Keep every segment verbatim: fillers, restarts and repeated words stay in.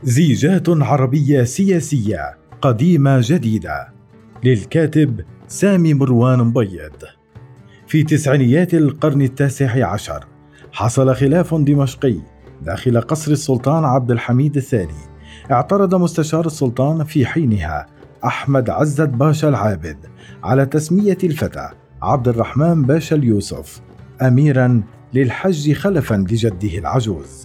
زيجات عربية سياسية قديمة جديدة، للكاتب سامي مروان مبيض. في تسعينيات القرن التاسع عشر حصل خلاف دمشقي داخل قصر السلطان عبد الحميد الثاني. اعترض مستشار السلطان في حينها أحمد عزت باشا العابد على تسمية الفتى عبد الرحمن باشا اليوسف أميرا للحج خلفا لجده العجوز.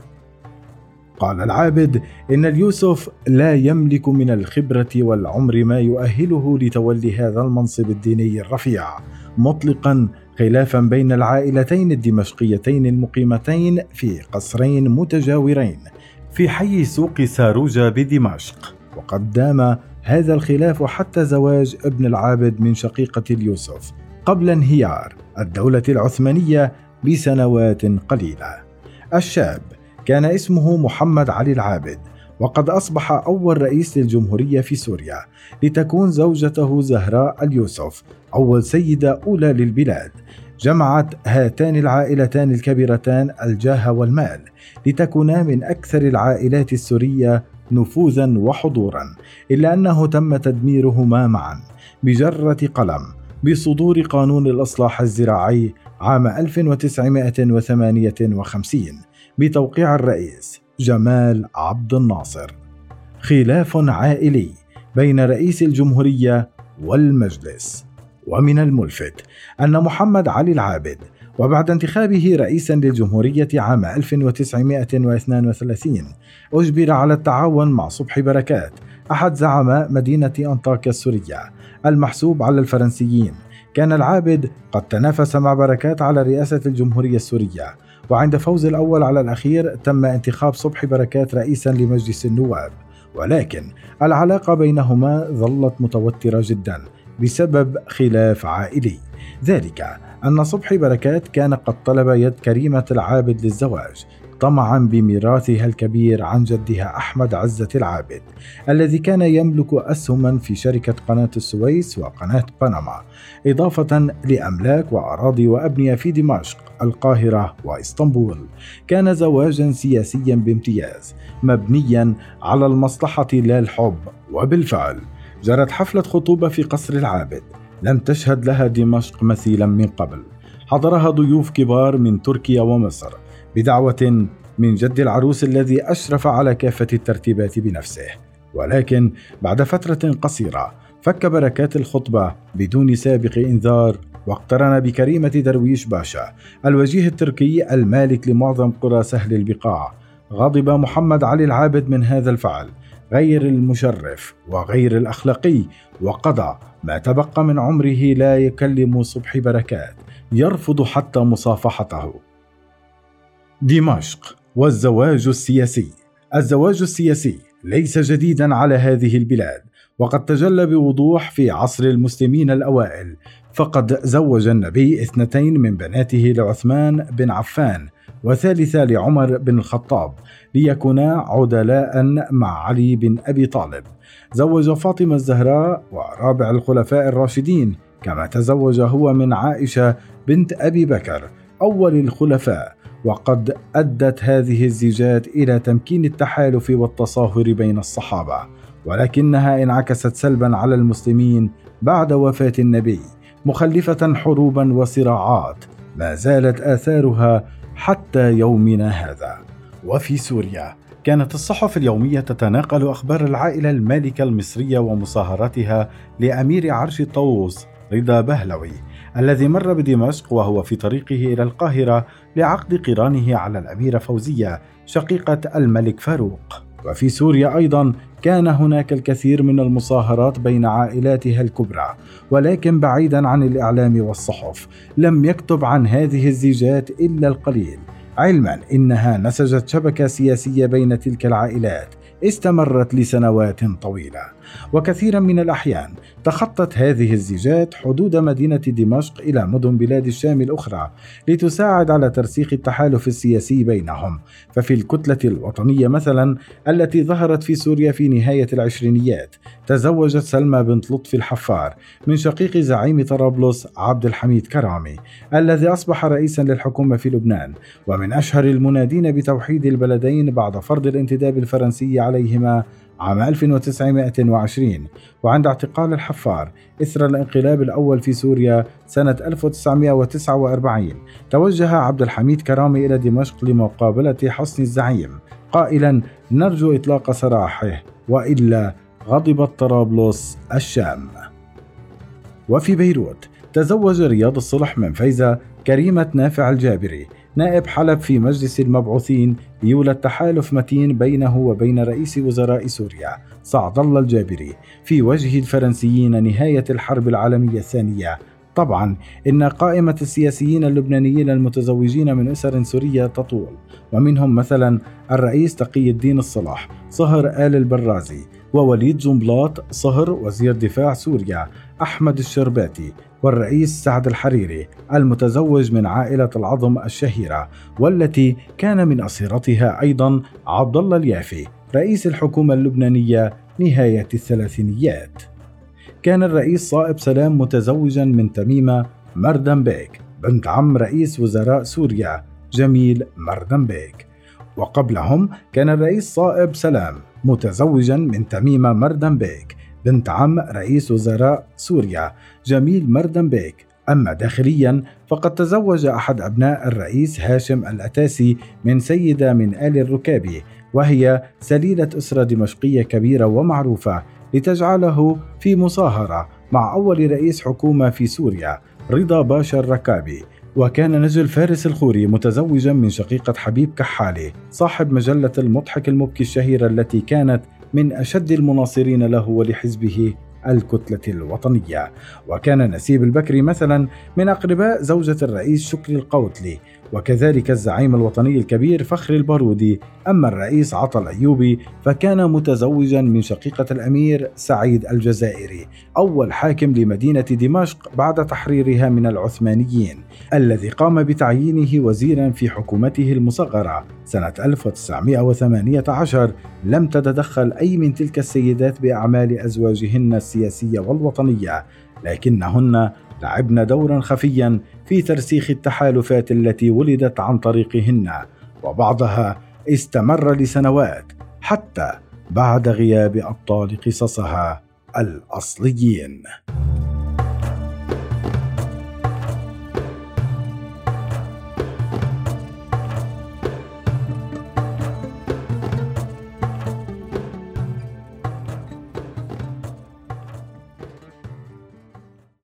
قال العابد إن اليوسف لا يملك من الخبرة والعمر ما يؤهله لتولي هذا المنصب الديني الرفيع، مطلقا خلافا بين العائلتين الدمشقيتين المقيمتين في قصرين متجاورين في حي سوق ساروجة بدمشق. وقد دام هذا الخلاف حتى زواج ابن العابد من شقيقة اليوسف قبل انهيار الدولة العثمانية بسنوات قليلة. الشاب كان اسمه محمد علي العابد، وقد أصبح أول رئيس للجمهورية في سوريا، لتكون زوجته زهراء اليوسف أول سيدة أولى للبلاد. جمعت هاتان العائلتان الكبيرتان الجاه والمال لتكونا من أكثر العائلات السورية نفوذا وحضورا، إلا أنه تم تدميرهما معا بجرة قلم بصدور قانون الإصلاح الزراعي عام ألف وتسعمائة وثمانية وخمسين بتوقيع الرئيس جمال عبد الناصر. خلاف عائلي بين رئيس الجمهورية والمجلس. ومن الملفت أن محمد علي العابد وبعد انتخابه رئيسا للجمهورية عام ألف وتسعمائة واثنين وثلاثين أجبر على التعاون مع صبحي بركات أحد زعماء مدينة أنطاكيا السورية المحسوب على الفرنسيين. كان العابد قد تنافس مع بركات على رئاسة الجمهورية السورية، وعند فوز الأول على الأخير تم انتخاب صبحي بركات رئيسا لمجلس النواب، ولكن العلاقة بينهما ظلت متوترة جدا بسبب خلاف عائلي، ذلك أن صبحي بركات كان قد طلب يد كريمة العابد للزواج طمعا بميراثها الكبير عن جدها أحمد عزة العابد الذي كان يملك أسهما في شركة قناة السويس وقناة بنما، إضافة لأملاك وأراضي وأبنية في دمشق، القاهرة وإسطنبول. كان زواجا سياسيا بامتياز مبنيا على المصلحة لا الحب. وبالفعل جرت حفلة خطوبة في قصر العابد لم تشهد لها دمشق مثيلا من قبل. حضرها ضيوف كبار من تركيا ومصر بدعوة من جد العروس الذي أشرف على كافة الترتيبات بنفسه. ولكن بعد فترة قصيرة فك بركات الخطبة بدون سابق إنذار، واقترن بكريمة درويش باشا الوجيه التركي المالك لمعظم قرى سهل البقاع. غضب محمد علي العابد من هذا الفعل غير المشرف وغير الأخلاقي، وقضى ما تبقى من عمره لا يكلم صبحي بركات، يرفض حتى مصافحته. دمشق والزواج السياسي. الزواج السياسي ليس جديدا على هذه البلاد، وقد تجلى بوضوح في عصر المسلمين الأوائل، فقد زوج النبي اثنتين من بناته لعثمان بن عفان وثالثة لعمر بن الخطاب ليكونا عدلاء مع علي بن أبي طالب. زوج فاطمة الزهراء ورابع الخلفاء الراشدين، كما تزوج هو من عائشة بنت أبي بكر أول الخلفاء. وقد أدت هذه الزيجات إلى تمكين التحالف والتصاهر بين الصحابة، ولكنها انعكست سلبا على المسلمين بعد وفاة النبي، مخلفة حروبا وصراعات ما زالت آثارها حتى يومنا هذا. وفي سوريا كانت الصحف اليومية تتناقل أخبار العائلة المالكة المصرية ومصاهرتها لأمير عرش الطاووس رضا بهلوي الذي مر بدمشق وهو في طريقه إلى القاهرة لعقد قرانه على الأميرة فوزية شقيقة الملك فاروق. وفي سوريا أيضا كان هناك الكثير من المصاهرات بين عائلاتها الكبرى، ولكن بعيدا عن الإعلام والصحف لم يكتب عن هذه الزيجات إلا القليل، علما إنها نسجت شبكة سياسية بين تلك العائلات استمرت لسنوات طويلة. وكثيرا من الأحيان تخطت هذه الزيجات حدود مدينة دمشق إلى مدن بلاد الشام الأخرى لتساعد على ترسيخ التحالف السياسي بينهم. ففي الكتلة الوطنية مثلا التي ظهرت في سوريا في نهاية العشرينيات، تزوجت سلمى بنت لطفي الحفار من شقيق زعيم طرابلس عبد الحميد كرامي الذي أصبح رئيسا للحكومة في لبنان، ومن أشهر المنادين بتوحيد البلدين بعد فرض الانتداب الفرنسي عليهما عام ألف وتسعمائة وعشرين. وعند اعتقال الحفار إثر الانقلاب الأول في سوريا سنة ألف وتسعمائة وتسعة وأربعين، توجه عبد الحميد كرامي إلى دمشق لمقابلة حسني الزعيم قائلا: نرجو إطلاق سراحه وإلا غضبت طرابلس الشام. وفي بيروت تزوج رياض الصلح من فايزة كريمة نافع الجابري نائب حلب في مجلس المبعوثين، ليولد تحالف متين بينه وبين رئيس وزراء سوريا سعد الله الجابري في وجه الفرنسيين نهاية الحرب العالمية الثانية. طبعا إن قائمة السياسيين اللبنانيين المتزوجين من أسر سورية تطول، ومنهم مثلا الرئيس تقي الدين الصلح صهر آل البرازي، ووليد جنبلاط صهر وزير دفاع سوريا أحمد الشرباتي، والرئيس سعد الحريري المتزوج من عائلة العظم الشهيرة والتي كان من أصهرتها أيضا عبد الله اليافي رئيس الحكومة اللبنانية نهاية الثلاثينيات. كان الرئيس صائب سلام متزوجا من تميمة مردم بيك بنت عم رئيس وزراء سوريا جميل مردم بيك، وقبلهم كان الرئيس صائب سلام متزوجا من تميمة مردم بيك بنت عم رئيس وزراء سوريا جميل مردم بيك. أما داخليا فقد تزوج أحد أبناء الرئيس هاشم الأتاسي من سيدة من آل الركابي، وهي سليلة أسرة دمشقية كبيرة ومعروفة، لتجعله في مصاهرة مع أول رئيس حكومة في سوريا رضا باشا الركابي. وكان نجل فارس الخوري متزوجا من شقيقة حبيب كحالي صاحب مجلة المضحك المبكي الشهيرة التي كانت من أشد المناصرين له ولحزبه الكتلة الوطنية. وكان نسيب البكري مثلا من أقرباء زوجة الرئيس شكري القوتلي، وكذلك الزعيم الوطني الكبير فخري البارودي. أما الرئيس عطا الأيوبي فكان متزوجا من شقيقة الأمير سعيد الجزائري أول حاكم لمدينة دمشق بعد تحريرها من العثمانيين، الذي قام بتعيينه وزيرا في حكومته المصغرة سنة ألف وتسعمائة وثمانية عشر. لم تتدخل أي من تلك السيدات بأعمال أزواجهن السياسية والوطنية، لكنهن لعبن دورا خفيا في ترسيخ التحالفات التي ولدت عن طريقهن، وبعضها استمر لسنوات حتى بعد غياب أبطال قصصها الأصليين.